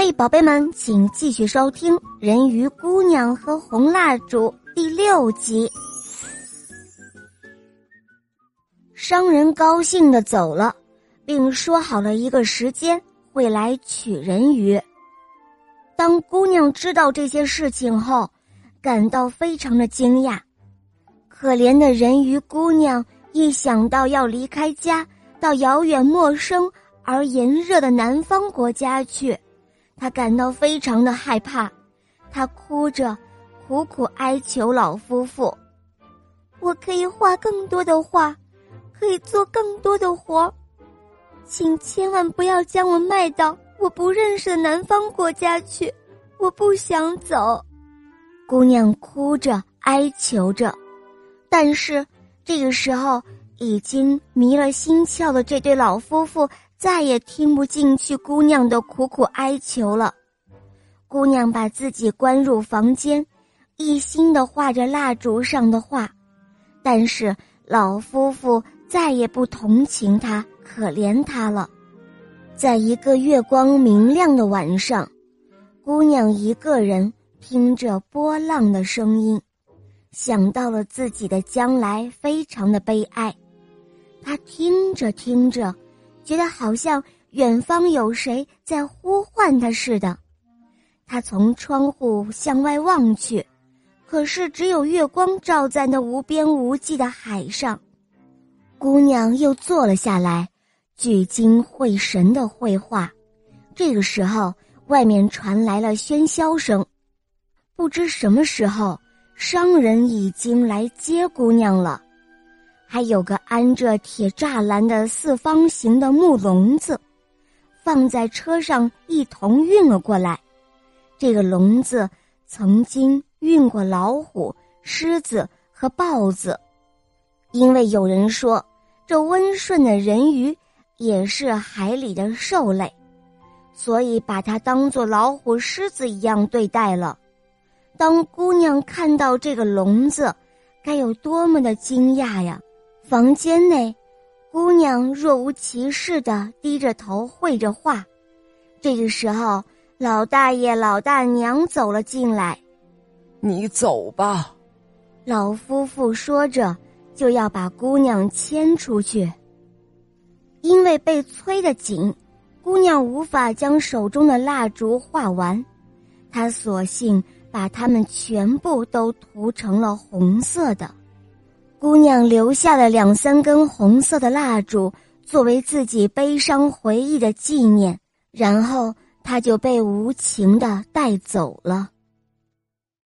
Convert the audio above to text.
嘿，宝贝们，请继续收听《人鱼姑娘和红蜡烛》第6集。商人高兴地走了，并说好了一个时间会来取人鱼。当姑娘知道这些事情后，感到非常的惊讶。可怜的人鱼姑娘一想到要离开家，到遥远陌生而炎热的南方国家去，她感到非常的害怕。她哭着苦苦哀求老夫妇，我可以画更多的画，可以做更多的活，请千万不要将我卖到我不认识的南方国家去，我不想走。姑娘哭着哀求着，但是这个时候已经迷了心窍的这对老夫妇再也听不进去姑娘的苦苦哀求了。姑娘把自己关入房间，一心地画着蜡烛上的画，但是老夫妇再也不同情她，可怜她了。在一个月光明亮的晚上，姑娘一个人听着波浪的声音，想到了自己的将来，非常的悲哀。她听着听着，觉得好像远方有谁在呼唤她似的。她从窗户向外望去，可是只有月光照在那无边无际的海上。姑娘又坐了下来，聚精会神地绘画。这个时候，外面传来了喧嚣声。不知什么时候，商人已经来接姑娘了。还有个安着铁栅栏的四方形的木笼子，放在车上一同运了过来。这个笼子曾经运过老虎、狮子和豹子，因为有人说这温顺的人鱼也是海里的兽类，所以把它当作老虎、狮子一样对待了。当姑娘看到这个笼子，该有多么的惊讶呀！房间内，姑娘若无其事地低着头绘着画。这个时候，老大爷老大娘走了进来。 你走吧， 老夫妇说着就要把姑娘牵出去。因为被催得紧，姑娘无法将手中的蜡烛画完，她索性把它们全部都涂成了红色的。姑娘留下了2-3根红色的蜡烛，作为自己悲伤回忆的纪念，然后她就被无情地带走了。